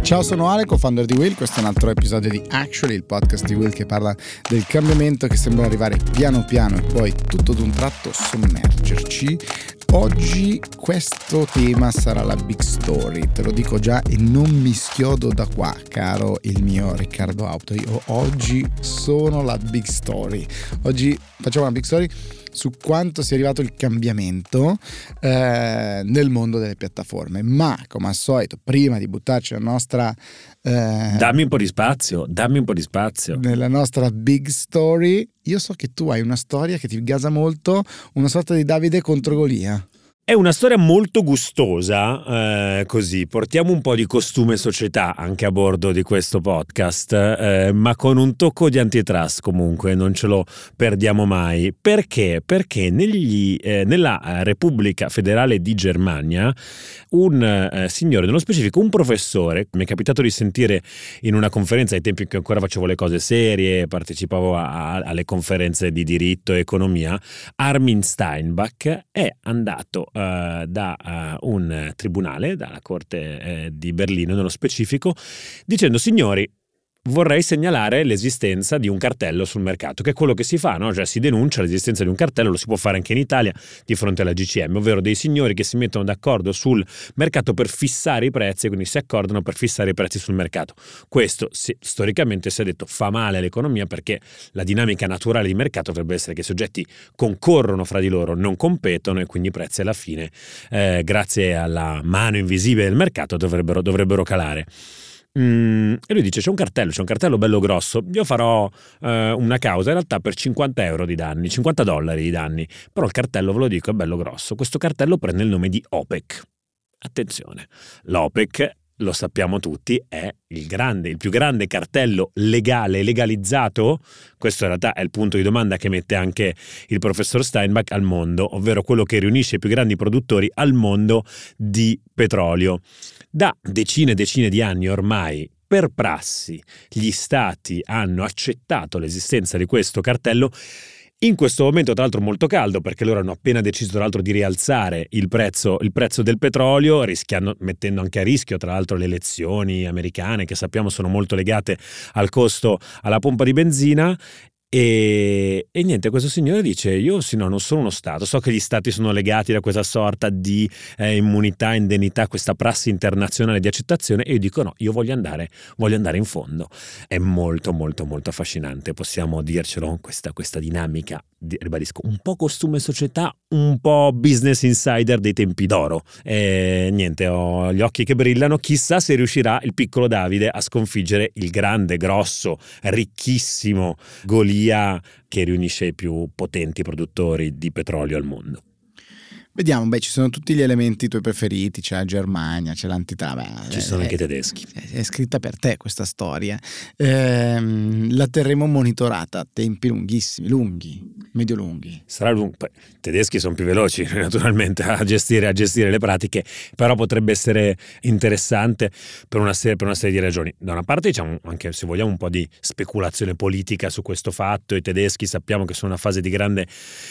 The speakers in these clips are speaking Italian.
Ciao, sono Ale, co-founder di Will. Questo è un altro episodio di Actually, il podcast di Will che parla del cambiamento che sembra arrivare piano piano e poi tutto d'un tratto sommergerci. Oggi questo tema sarà la big story, te lo dico già e non mi schiodo da qua, caro il mio Riccardo Auto. Io oggi sono la big story. Oggi facciamo una big story su quanto sia arrivato il cambiamento nel mondo delle piattaforme, ma come al solito prima di buttarci la nostra dammi un po' di spazio nella nostra big story, io so che tu hai una storia che ti gasa molto, una sorta di Davide contro Golia. È una storia molto gustosa, così portiamo un po' di costume società anche a bordo di questo podcast, ma con un tocco di antitrust comunque, non ce lo perdiamo mai. Perché? Perché nella Repubblica Federale di Germania un signore, nello specifico un professore, mi è capitato di sentire in una conferenza ai tempi in cui ancora facevo le cose serie, partecipavo alle conferenze di diritto e economia, Armin Steinbach è andato da un tribunale, dalla Corte di Berlino nello specifico, dicendo: signori, vorrei segnalare l'esistenza di un cartello sul mercato, che è quello che si fa, no? Cioè si denuncia l'esistenza di un cartello, lo si può fare anche in Italia di fronte alla GCM, ovvero dei signori che si mettono d'accordo sul mercato per fissare i prezzi, quindi si accordano per fissare i prezzi sul mercato. Questo storicamente si è detto fa male all'economia, perché la dinamica naturale di mercato dovrebbe essere che i soggetti concorrono fra di loro, non competono, e quindi i prezzi alla fine, grazie alla mano invisibile del mercato, dovrebbero calare. E lui dice: c'è un cartello bello grosso, io farò una causa in realtà per $50 di danni, $50 di danni, però il cartello, ve lo dico, è bello grosso. Questo cartello prende il nome di OPEC. Attenzione, l'OPEC, lo sappiamo tutti, è il più grande cartello legalizzato. Questo in realtà è il punto di domanda che mette anche il professor Steinbach al mondo, ovvero quello che riunisce i più grandi produttori al mondo di petrolio. Da decine e decine di anni ormai, per prassi, gli stati hanno accettato l'esistenza di questo cartello. In questo momento, tra l'altro, molto caldo, perché loro hanno appena deciso, tra l'altro, di rialzare il prezzo del petrolio, mettendo anche a rischio, tra l'altro, le elezioni americane, che sappiamo sono molto legate al costo alla pompa di benzina. E niente, questo signore dice: io non sono uno Stato, so che gli Stati sono legati da questa sorta di immunità, indennità, questa prassi internazionale di accettazione, e io dico no, io voglio andare in fondo. È molto molto molto affascinante, possiamo dircelo, questa dinamica, ribadisco, un po' costume società, un po' Business Insider dei tempi d'oro. E niente, ho gli occhi che brillano, chissà se riuscirà il piccolo Davide a sconfiggere il grande, grosso, ricchissimo Golia, che riunisce i più potenti produttori di petrolio al mondo. Vediamo, ci sono tutti gli elementi tuoi preferiti, c'è la Germania, c'è l'antitrust. Ci sono anche i tedeschi. È scritta per te questa storia. La terremo monitorata a tempi lunghissimi, medio-lunghi. Sarà lungo. I tedeschi sono più veloci naturalmente a gestire le pratiche, però potrebbe essere interessante per una serie di ragioni. Da una parte, diciamo, anche se vogliamo un po' di speculazione politica su questo fatto. I tedeschi sappiamo che sono in una fase di grande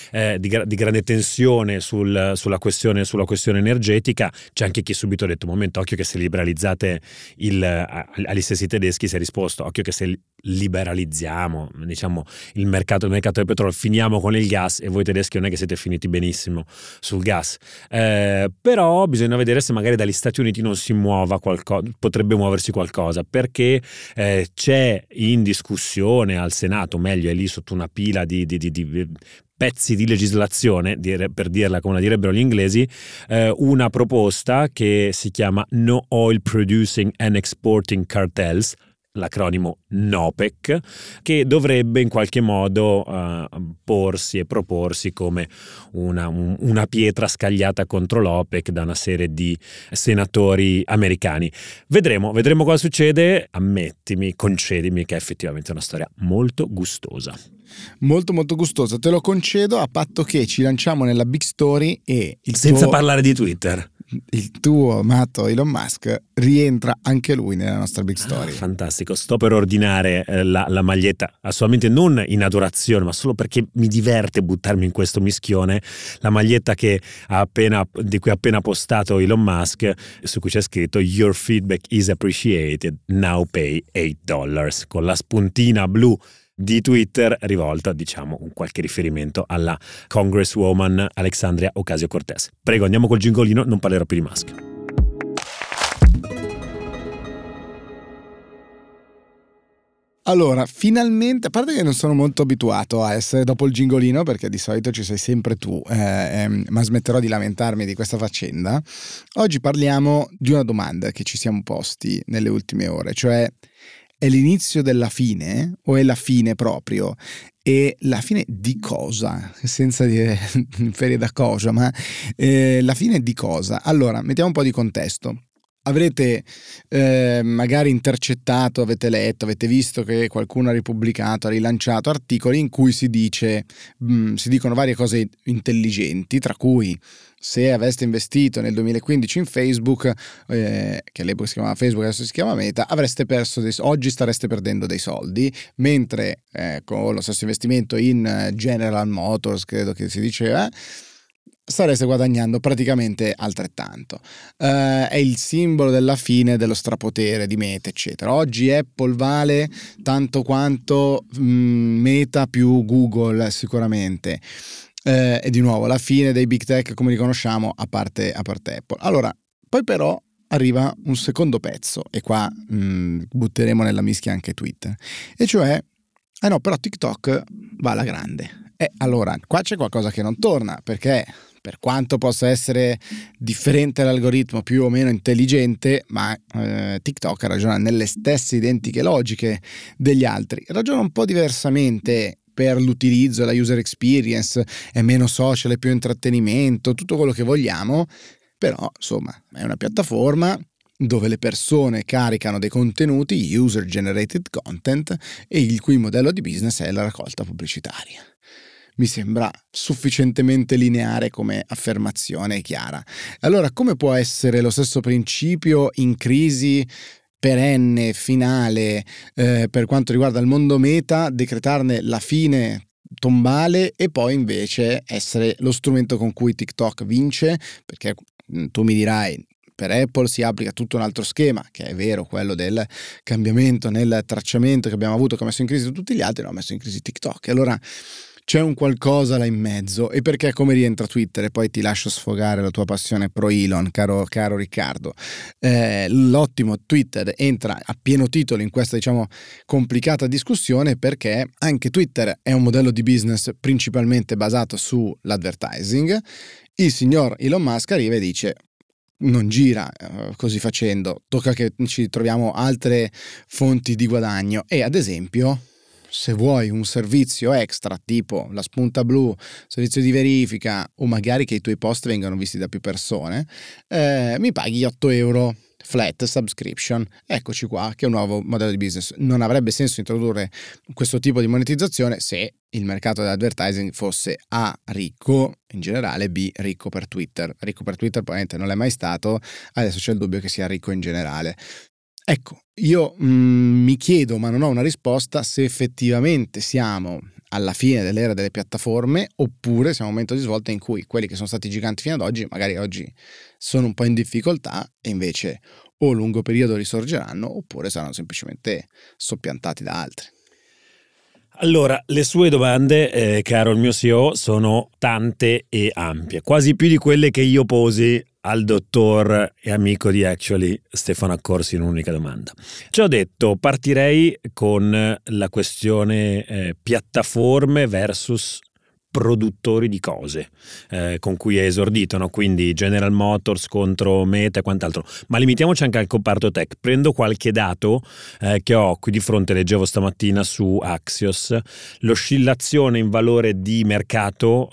tensione sulla questione energetica. C'è anche chi subito ha detto: momento, occhio che se liberalizzate agli stessi tedeschi si è risposto: occhio che se liberalizziamo, diciamo, il mercato del petrolio, finiamo con il gas, e voi tedeschi non è che siete finiti benissimo sul gas. Però bisogna vedere se magari dagli Stati Uniti non si muova qualcosa, potrebbe muoversi qualcosa, perché c'è in discussione al Senato, meglio è lì sotto una pila di pezzi di legislazione, per dirla come la direbbero gli inglesi, una proposta che si chiama No Oil Producing and Exporting Cartels, l'acronimo NOPEC, che dovrebbe in qualche modo porsi e proporsi come una pietra scagliata contro l'OPEC da una serie di senatori americani. Vedremo cosa succede. Ammettimi, concedimi che è effettivamente una storia molto gustosa. Molto molto gustosa, te lo concedo, a patto che ci lanciamo nella big story e senza parlare di Twitter. il tuo amato Elon Musk rientra anche lui nella nostra big story. Fantastico, sto per ordinare la maglietta, assolutamente non in adorazione, ma solo perché mi diverte buttarmi in questo mischione. La maglietta di cui ha appena postato Elon Musk, su cui c'è scritto "Your feedback is appreciated, now pay $8", con la spuntina blu di Twitter rivolta, diciamo, con qualche riferimento alla Congresswoman Alexandria Ocasio-Cortez. Prego, andiamo col gingolino, non parlerò più di Musk. Allora, finalmente, a parte che non sono molto abituato a essere dopo il gingolino, perché di solito ci sei sempre tu, ma smetterò di lamentarmi di questa faccenda. Oggi parliamo di una domanda che ci siamo posti nelle ultime ore, cioè: è l'inizio della fine o è la fine proprio? E la fine di cosa? Senza dire ferie da cosa, ma la fine di cosa? Allora, mettiamo un po' di contesto. Avrete magari intercettato, avete letto, avete visto che qualcuno ha ripubblicato, ha rilanciato articoli in cui si dicono varie cose intelligenti, tra cui: se aveste investito nel 2015 in Facebook, che all'epoca si chiamava Facebook, adesso si chiama Meta, avreste perso oggi stareste perdendo dei soldi, mentre con lo stesso investimento in General Motors, credo che si diceva, stareste guadagnando praticamente altrettanto. È il simbolo della fine dello strapotere di Meta, eccetera. Oggi Apple vale tanto quanto Meta più Google, sicuramente. E di nuovo la fine dei big tech come li conosciamo, a parte Apple. Allora, poi però arriva un secondo pezzo, e qua butteremo nella mischia anche Twitter, e cioè no, però TikTok va alla grande. Allora qua c'è qualcosa che non torna, perché per quanto possa essere differente l'algoritmo, più o meno intelligente, ma TikTok ragiona nelle stesse identiche logiche degli altri. Ragiona un po' diversamente per l'utilizzo, la user experience, è meno social, è più intrattenimento, tutto quello che vogliamo, però insomma è una piattaforma dove le persone caricano dei contenuti, user generated content, e il cui modello di business è la raccolta pubblicitaria. Mi sembra sufficientemente lineare come affermazione e chiara. Allora, come può essere lo stesso principio in crisi perenne, finale, per quanto riguarda il mondo Meta, decretarne la fine tombale e poi invece essere lo strumento con cui TikTok vince? Perché tu mi dirai, per Apple si applica tutto un altro schema, che è vero, quello del cambiamento nel tracciamento che abbiamo avuto, che ha messo in crisi tutti gli altri, no, ha messo in crisi TikTok. Allora c'è un qualcosa là in mezzo. E perché come rientra Twitter? E poi ti lascio sfogare la tua passione pro Elon, caro Riccardo. L'ottimo Twitter entra a pieno titolo in questa, diciamo, complicata discussione, perché anche Twitter è un modello di business principalmente basato sull'advertising. Il signor Elon Musk arriva e dice: non gira così facendo, tocca che ci troviamo altre fonti di guadagno. E ad esempio, se vuoi un servizio extra tipo la spunta blu, servizio di verifica, o magari che i tuoi post vengano visti da più persone, mi paghi €8 flat subscription. Eccoci qua, che è un nuovo modello di business. Non avrebbe senso introdurre questo tipo di monetizzazione se il mercato dell'advertising fosse A, ricco in generale, B, ricco per Twitter. Ricco per Twitter probabilmente non l'è mai stato, adesso c'è il dubbio che sia ricco in generale. Ecco, io mi chiedo, ma non ho una risposta, se effettivamente siamo alla fine dell'era delle piattaforme, oppure siamo a un momento di svolta in cui quelli che sono stati giganti fino ad oggi magari oggi sono un po' in difficoltà e invece o lungo periodo risorgeranno, oppure saranno semplicemente soppiantati da altri. Allora, le sue domande, caro il mio CEO, sono tante e ampie, quasi più di quelle che io posi al dottor e amico di Actually Stefano Accorsi in un'unica domanda. Ci ho detto, partirei con la questione piattaforme versus produttori di cose, con cui è esordito, no? Quindi General Motors contro Meta e quant'altro, ma limitiamoci anche al comparto tech. Prendo qualche dato che ho qui di fronte, leggevo stamattina su Axios, l'oscillazione in valore di mercato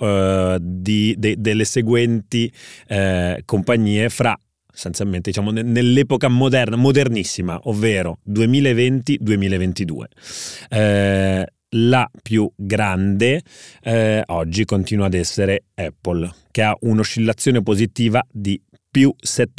delle seguenti compagnie fra, essenzialmente, diciamo, nell'epoca modernissima, ovvero 2020-2022. La più grande oggi continua ad essere Apple, che ha un'oscillazione positiva di più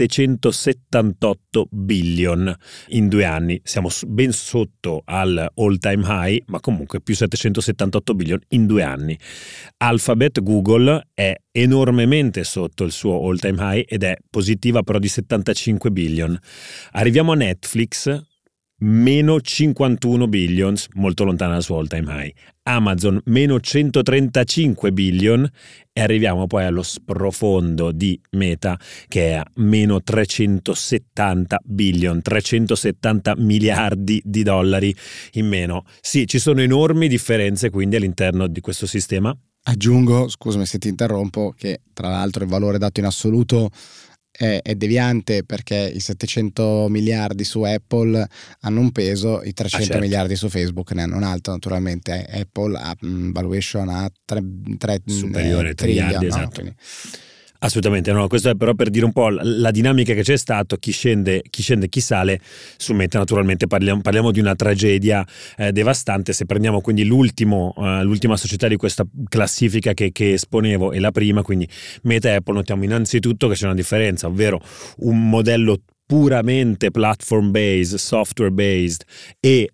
778 billion in 2 anni. Siamo ben sotto al all time high, ma comunque più 778 billion in 2 anni. Alphabet, Google, è enormemente sotto il suo all time high ed è positiva però di 75 billion. Arriviamo a Netflix, meno 51 billions, molto lontana dal suo all time high. Amazon, meno 135 billion, e arriviamo poi allo sprofondo di Meta, che è a meno 370 billion, 370 miliardi di dollari in meno. Sì, ci sono enormi differenze quindi all'interno di questo sistema. Aggiungo, scusami se ti interrompo, che tra l'altro il valore dato in assoluto è deviante, perché i 700 miliardi su Apple hanno un peso, i 300 certo. miliardi su Facebook ne hanno un altro. Naturalmente Apple ha valuation a 3 superiore, trillion, miliardi, no? esatto. Quindi... Assolutamente no, questo è però per dire un po' la dinamica che c'è stato, chi scende, chi sale. Su Meta naturalmente parliamo di una tragedia devastante. Se prendiamo quindi l'ultima società di questa classifica che esponevo e la prima, quindi Meta e Apple, notiamo innanzitutto che c'è una differenza, ovvero un modello puramente platform based, software based e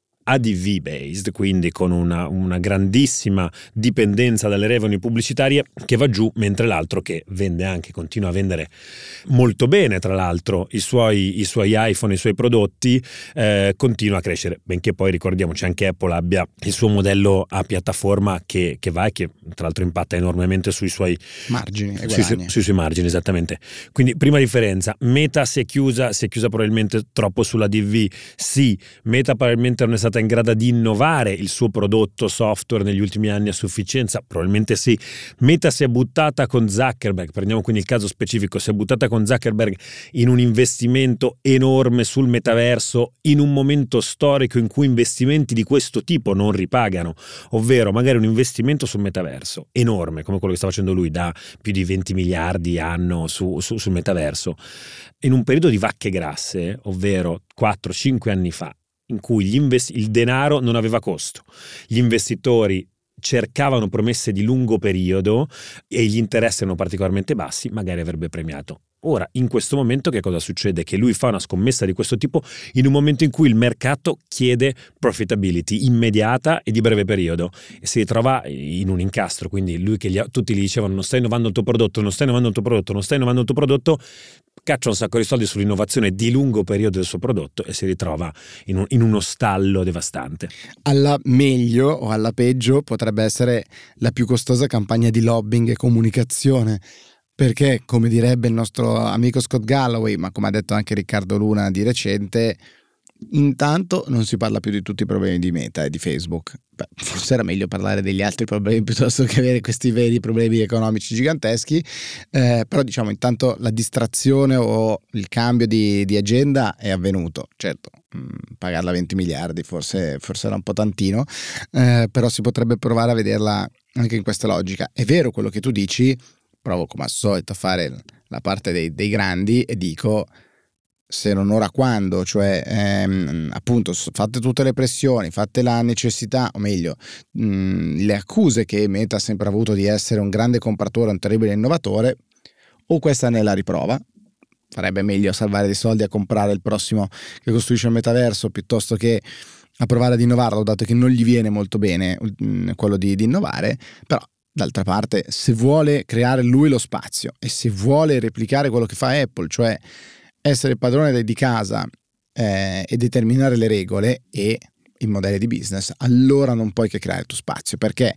ADV based, quindi con una grandissima dipendenza dalle revenue pubblicitarie, che va giù, mentre l'altro, che vende anche, continua a vendere molto bene tra l'altro i suoi iPhone, i suoi prodotti, continua a crescere, benché poi ricordiamoci anche Apple abbia il suo modello a piattaforma che va e che tra l'altro impatta enormemente sui suoi margini e sui suoi margini, esattamente. Quindi prima differenza, Meta si è chiusa probabilmente troppo sulla DV. Sì, Meta probabilmente non è stata in grado di innovare il suo prodotto software negli ultimi anni a sufficienza, probabilmente sì. Meta si è buttata con Zuckerberg, prendiamo quindi il caso specifico, si è buttata con Zuckerberg in un investimento enorme sul metaverso, in un momento storico in cui investimenti di questo tipo non ripagano, ovvero magari un investimento sul metaverso enorme come quello che sta facendo lui, da più di 20 miliardi anno sul metaverso, in un periodo di vacche grasse, ovvero 4-5 anni fa, in cui il denaro non aveva costo, gli investitori cercavano promesse di lungo periodo e gli interessi erano particolarmente bassi, magari avrebbe premiato. Ora, in questo momento che cosa succede? Che lui fa una scommessa di questo tipo in un momento in cui il mercato chiede profitability immediata e di breve periodo, e si ritrova in un incastro. Quindi lui, che tutti gli dicevano non stai innovando il tuo prodotto, non stai innovando il tuo prodotto, non stai innovando il tuo prodotto, caccia un sacco di soldi sull'innovazione di lungo periodo del suo prodotto e si ritrova in uno stallo devastante. Alla meglio o alla peggio potrebbe essere la più costosa campagna di lobbying e comunicazione, perché, come direbbe il nostro amico Scott Galloway, ma come ha detto anche Riccardo Luna di recente, intanto non si parla più di tutti i problemi di Meta e di Facebook. Beh, forse era meglio parlare degli altri problemi piuttosto che avere questi veri problemi economici giganteschi, però diciamo intanto la distrazione o il cambio di agenda è avvenuto. Certo, pagarla 20 miliardi forse era un po' tantino, però si potrebbe provare a vederla anche in questa logica. È vero quello che tu dici, provo come al solito a fare la parte dei grandi e dico: se non ora quando, cioè appunto fatte tutte le pressioni, fatte la necessità, o meglio le accuse che Meta ha sempre avuto di essere un grande compratore, un terribile innovatore, o questa ne è la riprova. Farebbe meglio a salvare dei soldi a comprare il prossimo che costruisce il metaverso piuttosto che a provare ad innovarlo, dato che non gli viene molto bene quello di innovare. Però d'altra parte, se vuole creare lui lo spazio e se vuole replicare quello che fa Apple, cioè essere padrone di casa e determinare le regole e i modelli di business, allora non puoi che creare il tuo spazio, perché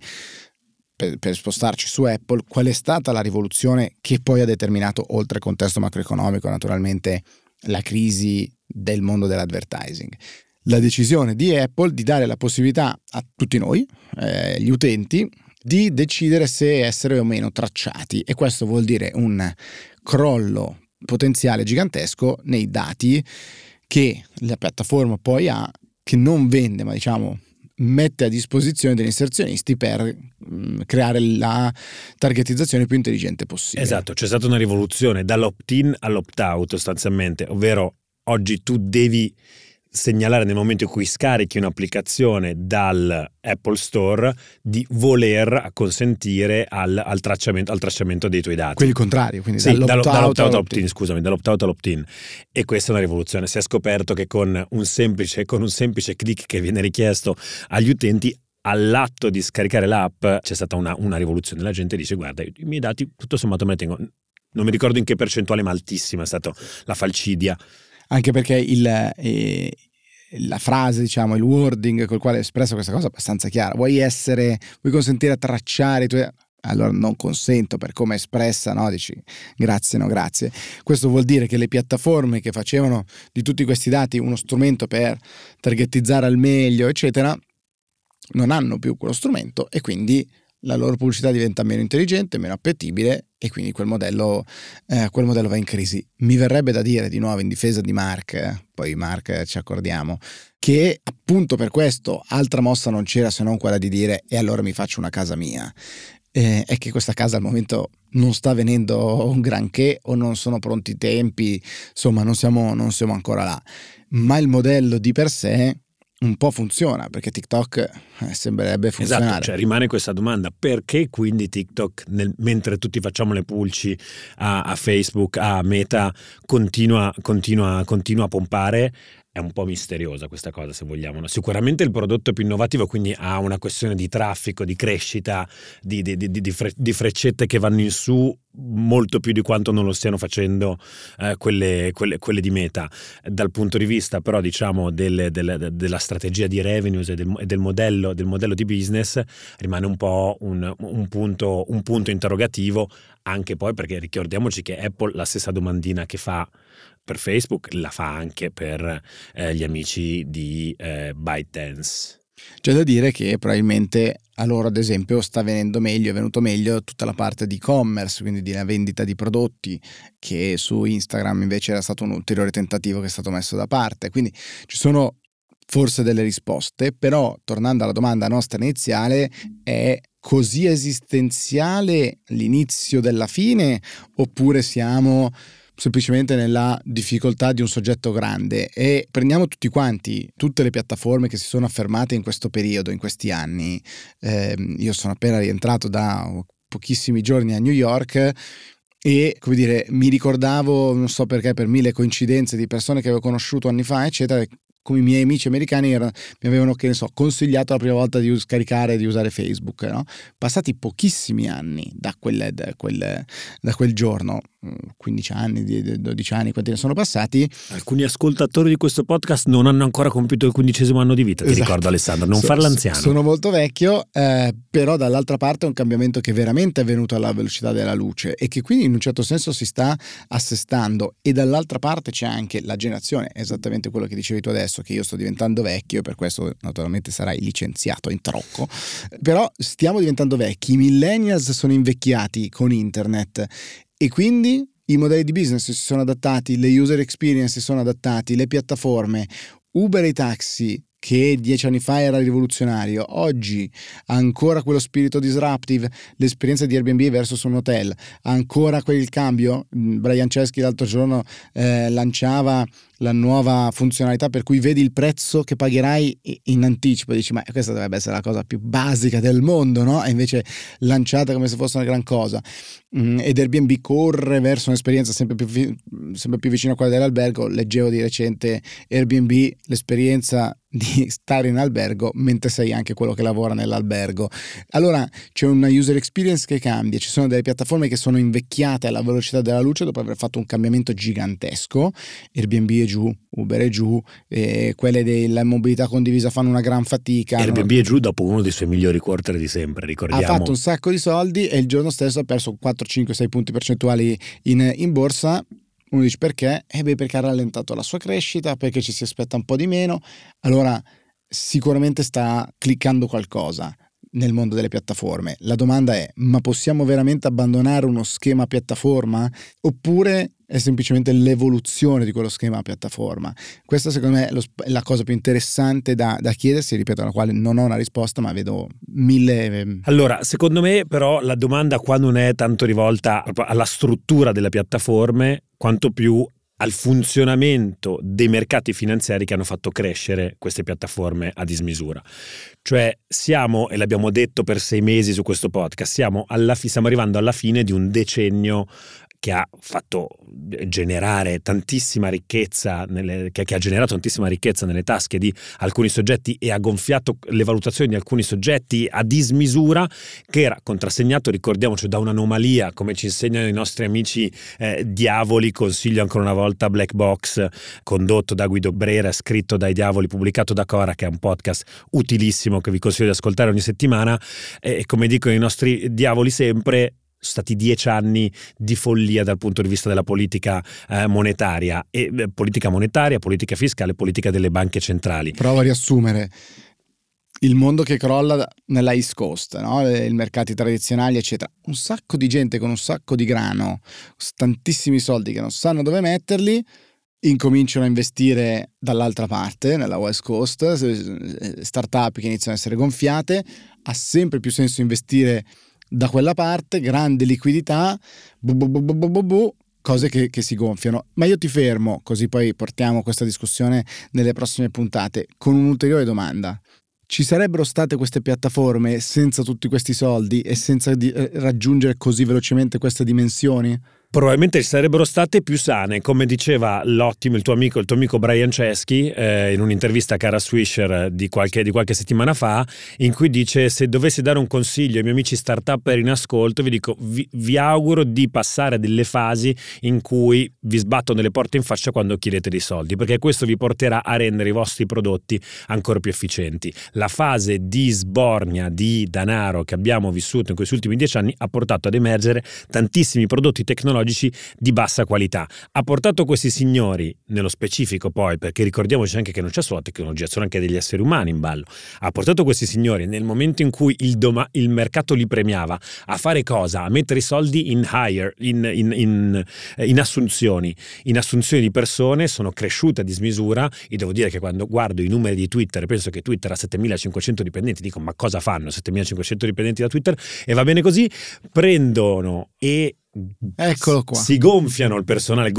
per spostarci su Apple, qual è stata la rivoluzione che poi ha determinato, oltre al contesto macroeconomico, naturalmente la crisi del mondo dell'advertising? La decisione di Apple di dare la possibilità a tutti noi, gli utenti, di decidere se essere o meno tracciati, e questo vuol dire un crollo potenziale gigantesco nei dati che la piattaforma poi ha, che non vende ma diciamo mette a disposizione degli inserzionisti per creare la targetizzazione più intelligente possibile. Esatto, c'è stata una rivoluzione dall'opt-in all'opt-out sostanzialmente, ovvero oggi tu devi segnalare nel momento in cui scarichi un'applicazione dal Apple Store di voler consentire al tracciamento dei tuoi dati. Quelli contrari, quindi sì, dall'opt-out all'opt-in, scusami, dall'opt-out all'opt-in. E questa è una rivoluzione. Si è scoperto che con un semplice click che viene richiesto agli utenti, all'atto di scaricare l'app c'è stata una rivoluzione. La gente dice: guarda, i miei dati tutto sommato me ne tengo, non mi ricordo in che percentuale, ma altissima è stata la falcidia. Anche perché la frase, diciamo, il wording col quale è espressa questa cosa è abbastanza chiara. Vuoi consentire a tracciare i tuoi... Allora non consento, per come è espressa, no? Dici grazie, no grazie. Questo vuol dire che le piattaforme che facevano di tutti questi dati uno strumento per targetizzare al meglio, eccetera, non hanno più quello strumento e quindi la loro pubblicità diventa meno intelligente, meno appetibile e quindi quel modello va in crisi. Mi verrebbe da dire, di nuovo in difesa di Mark, poi Mark ci accordiamo, che appunto per questo altra mossa non c'era se non quella di dire e allora mi faccio una casa mia. È che questa casa al momento non sta venendo un granché o non sono pronti i tempi, insomma non siamo ancora là, ma il modello di per sé un po' funziona, perché TikTok sembrerebbe funzionare. Esatto, cioè rimane questa domanda: perché quindi TikTok, mentre tutti facciamo le pulci a Facebook, a Meta, continua a pompare? È un po' misteriosa questa cosa, se vogliamo, no? Sicuramente il prodotto più innovativo, quindi ha una questione di traffico, di crescita, di freccette che vanno in su molto più di quanto non lo stiano facendo quelle di Meta. Dal punto di vista però, diciamo, della strategia di revenues e del modello di business, rimane un po' un punto interrogativo, anche poi perché ricordiamoci che Apple la stessa domandina che fa per Facebook la fa anche per gli amici di ByteDance. C'è da dire che probabilmente a loro, ad esempio, è venuto meglio tutta la parte di e-commerce, quindi di vendita di prodotti, che su Instagram invece era stato un ulteriore tentativo che è stato messo da parte. Quindi ci sono forse delle risposte, però tornando alla domanda nostra iniziale, è così esistenziale l'inizio della fine oppure siamo semplicemente nella difficoltà di un soggetto grande? E prendiamo tutte le piattaforme che si sono affermate in questo periodo, in questi anni. Io sono appena rientrato da pochissimi giorni a New York e, come dire, mi ricordavo, non so perché, per mille coincidenze di persone che avevo conosciuto anni fa, eccetera, come i miei amici americani mi avevano, che ne so, consigliato la prima volta di scaricare, di usare Facebook, no? Passati pochissimi anni da quel giorno, 15 anni, 12 anni, quanti ne sono passati? Alcuni ascoltatori di questo podcast non hanno ancora compiuto il 15° anno di vita, ti ricordo, Alessandro, non farla anziano. Sono molto vecchio, però dall'altra parte è un cambiamento che veramente è avvenuto alla velocità della luce e che quindi in un certo senso si sta assestando, e dall'altra parte c'è anche la generazione, esattamente quello che dicevi tu adesso, che io sto diventando vecchio, per questo naturalmente sarai licenziato in trocco, però stiamo diventando vecchi, i millennials sono invecchiati con internet e quindi i modelli di business si sono adattati, le user experience si sono adattati, le piattaforme, Uber e i taxi, che 10 anni fa era rivoluzionario, oggi ha ancora quello spirito disruptive, l'esperienza di Airbnb versus un hotel, ha ancora quel cambio. Brian Chesky l'altro giorno lanciava la nuova funzionalità per cui vedi il prezzo che pagherai in anticipo, dici ma questa dovrebbe essere la cosa più basica del mondo, no? E invece lanciata come se fosse una gran cosa. Ed Airbnb corre verso un'esperienza sempre più vicina a quella dell'albergo. Leggevo di recente Airbnb, l'esperienza di stare in albergo mentre sei anche quello che lavora nell'albergo. Allora c'è una user experience che cambia, ci sono delle piattaforme che sono invecchiate alla velocità della luce dopo aver fatto un cambiamento gigantesco. Airbnb è giù, Uber è giù, quelle della mobilità condivisa fanno una gran fatica. Airbnb è giù dopo uno dei suoi migliori quarter di sempre, ricordiamo. Ha fatto un sacco di soldi e il giorno stesso ha perso 4, 5, 6 punti percentuali in borsa. Uno dice perché? Perché ha rallentato la sua crescita, perché ci si aspetta un po' di meno. Allora sicuramente sta cliccando qualcosa nel mondo delle piattaforme. La domanda è: ma possiamo veramente abbandonare uno schema piattaforma? Oppure è semplicemente l'evoluzione di quello schema piattaforma? Questa secondo me è la cosa più interessante da chiedersi, ripeto, alla quale non ho una risposta, ma vedo mille... Allora, secondo me però la domanda qua non è tanto rivolta alla struttura delle piattaforme, quanto più al funzionamento dei mercati finanziari che hanno fatto crescere queste piattaforme a dismisura. Cioè siamo, e l'abbiamo detto per 6 mesi su questo podcast, stiamo arrivando alla fine di un decennio che ha fatto generare tantissima ricchezza, che ha generato tantissima ricchezza nelle tasche di alcuni soggetti e ha gonfiato le valutazioni di alcuni soggetti a dismisura, che era contrassegnato, ricordiamoci, da un'anomalia, come ci insegnano i nostri amici diavoli. Consiglio ancora una volta Black Box, condotto da Guido Brera, scritto dai diavoli, pubblicato da Cora, che è un podcast utilissimo che vi consiglio di ascoltare ogni settimana, e come dicono i nostri diavoli sempre, stati 10 anni di follia dal punto di vista della politica monetaria, politica fiscale, politica delle banche centrali. Provo a riassumere il mondo che crolla nella East Coast, no? I mercati tradizionali eccetera, un sacco di gente con un sacco di grano, tantissimi soldi che non sanno dove metterli, incominciano a investire dall'altra parte, nella West Coast, startup che iniziano a essere gonfiate, ha sempre più senso investire da quella parte, grande liquidità, cose che si gonfiano. Ma io ti fermo, così poi portiamo questa discussione nelle prossime puntate, con un'ulteriore domanda. Ci sarebbero state queste piattaforme senza tutti questi soldi e senza raggiungere così velocemente queste dimensioni? Probabilmente sarebbero state più sane, come diceva il tuo amico Brian Chesky in un'intervista a Kara Swisher di qualche settimana fa, in cui dice: se dovessi dare un consiglio ai miei amici startupper in ascolto, vi dico vi auguro di passare delle fasi in cui vi sbattono delle porte in faccia quando chiedete dei soldi, perché questo vi porterà a rendere i vostri prodotti ancora più efficienti. La fase di sbornia di denaro che abbiamo vissuto in questi ultimi 10 anni ha portato ad emergere tantissimi prodotti tecnologici di bassa qualità. Ha portato questi signori, nello specifico poi, perché ricordiamoci anche che non c'è solo la tecnologia, sono anche degli esseri umani in ballo, ha portato questi signori nel momento in cui il mercato li premiava a fare cosa? A mettere i soldi in assunzioni di persone. Sono cresciute a dismisura. Io devo dire che quando guardo i numeri di Twitter, penso che Twitter ha 7.500 dipendenti, dico ma cosa fanno 7.500 dipendenti da Twitter? E va bene così, prendono e eccolo qua, si gonfiano il personale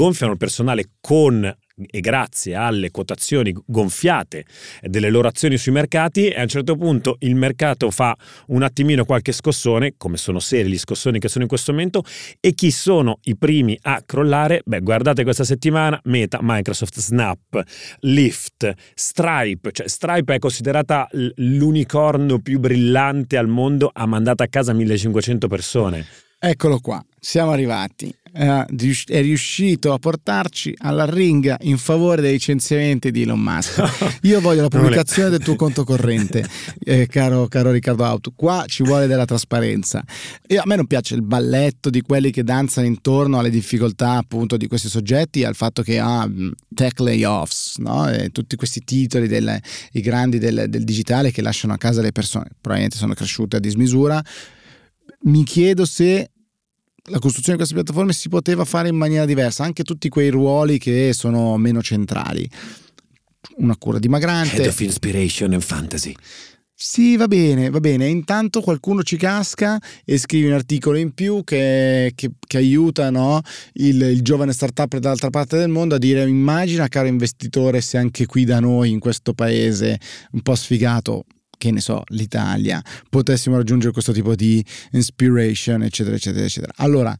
con e grazie alle quotazioni gonfiate delle loro azioni sui mercati, e a un certo punto il mercato fa un attimino qualche scossone, come sono seri gli scossoni che sono in questo momento. E chi sono i primi a crollare? Guardate questa settimana: Meta, Microsoft, Snap, Lyft, Stripe. Cioè Stripe è considerata l'unicorno più brillante al mondo, ha mandato a casa 1.500 persone. Eccolo qua, siamo arrivati. È riuscito a portarci alla ringa in favore dei licenziamenti di Elon Musk. Io voglio la pubblicazione del tuo conto corrente, caro Riccardo Auto. Qua ci vuole della trasparenza. E a me non piace il balletto di quelli che danzano intorno alle difficoltà appunto di questi soggetti, al fatto che tech layoffs, no? E tutti questi titoli i grandi del digitale che lasciano a casa le persone. Probabilmente sono cresciute a dismisura. Mi chiedo se la costruzione di queste piattaforme si poteva fare in maniera diversa, anche tutti quei ruoli che sono meno centrali. Una cura dimagrante. Head of Inspiration and Fantasy. Sì, va bene. Intanto qualcuno ci casca e scrive un articolo in più che aiuta, no? il giovane startup dall'altra parte del mondo a dire: immagina, caro investitore, se anche qui da noi, in questo paese un po' sfigato, che ne so, l'Italia, potessimo raggiungere questo tipo di inspiration, eccetera eccetera eccetera. Allora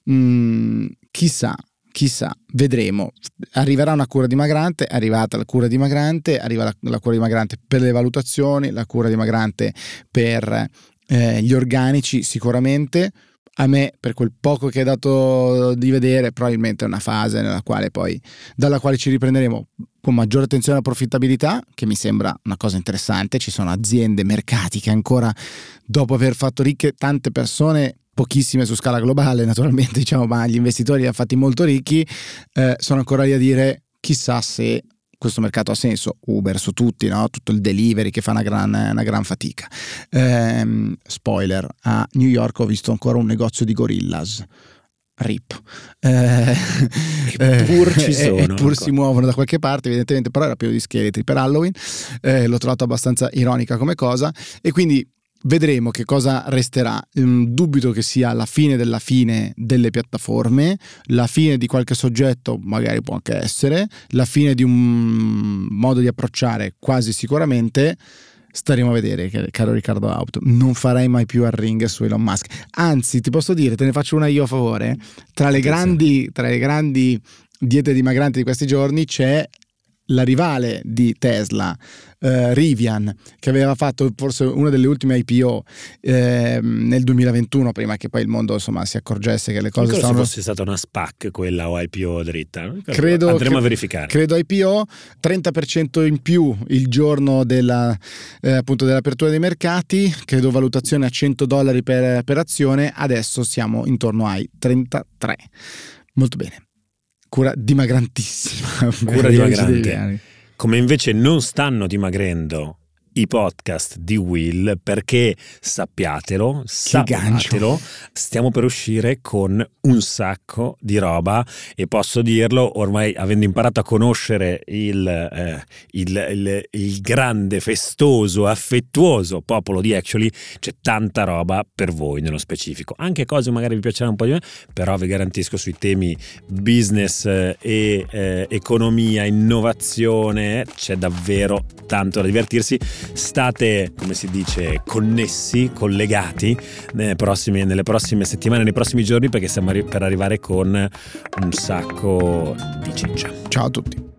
chissà, vedremo. Arriverà una cura dimagrante, è arrivata la cura dimagrante, arriva la cura dimagrante per le valutazioni, la cura dimagrante per gli organici sicuramente. A me, per quel poco che è dato di vedere, probabilmente è una fase dalla quale ci riprenderemo con maggiore attenzione alla profittabilità, che mi sembra una cosa interessante. Ci sono aziende, mercati che ancora, dopo aver fatto ricche tante persone, pochissime su scala globale naturalmente, diciamo, ma gli investitori li ha fatti molto ricchi, sono ancora lì a dire: chissà se questo mercato ha senso. Uber su tutti, no? Tutto il delivery che fa una gran fatica. Spoiler, a New York ho visto ancora un negozio di Gorillaz. RIP. Eppur ci sono. Eppur si muovono da qualche parte, evidentemente, però era pieno di scheletri per Halloween. L'ho trovato abbastanza ironica come cosa, e quindi Vedremo che cosa resterà. Dubito che sia la fine della fine delle piattaforme, la fine di qualche soggetto magari può anche essere, la fine di un modo di approcciare quasi sicuramente. Staremo a vedere, caro Riccardo Auto. Non farai mai più al ring su Elon Musk. Anzi, ti posso dire, te ne faccio una io a favore. Tra le grandi diete dimagranti di questi giorni c'è la rivale di Tesla, Rivian, che aveva fatto forse una delle ultime IPO nel 2021, prima che poi il mondo insomma si accorgesse che le cose stavano... se fosse stata una SPAC quella o IPO dritta, andremo a verificare. Credo IPO, 30% in più il giorno appunto dell'apertura dei mercati, credo valutazione a $100 per azione, adesso siamo intorno ai 33. Molto bene. Cura dimagrantissima. Cura dimagrante. Come invece non stanno dimagrendo i podcast di Will, perché sappiatelo, stiamo per uscire con un sacco di roba, e posso dirlo ormai avendo imparato a conoscere il grande, festoso, affettuoso popolo di Actually. C'è tanta roba per voi nello specifico, anche cose magari vi piaceranno un po' di me, però vi garantisco sui temi business e economia, innovazione, c'è davvero tanto da divertirsi. State, come si dice, connessi, collegati nelle prossime settimane, nei prossimi giorni, perché stiamo per arrivare con un sacco di ciccia. Ciao a tutti.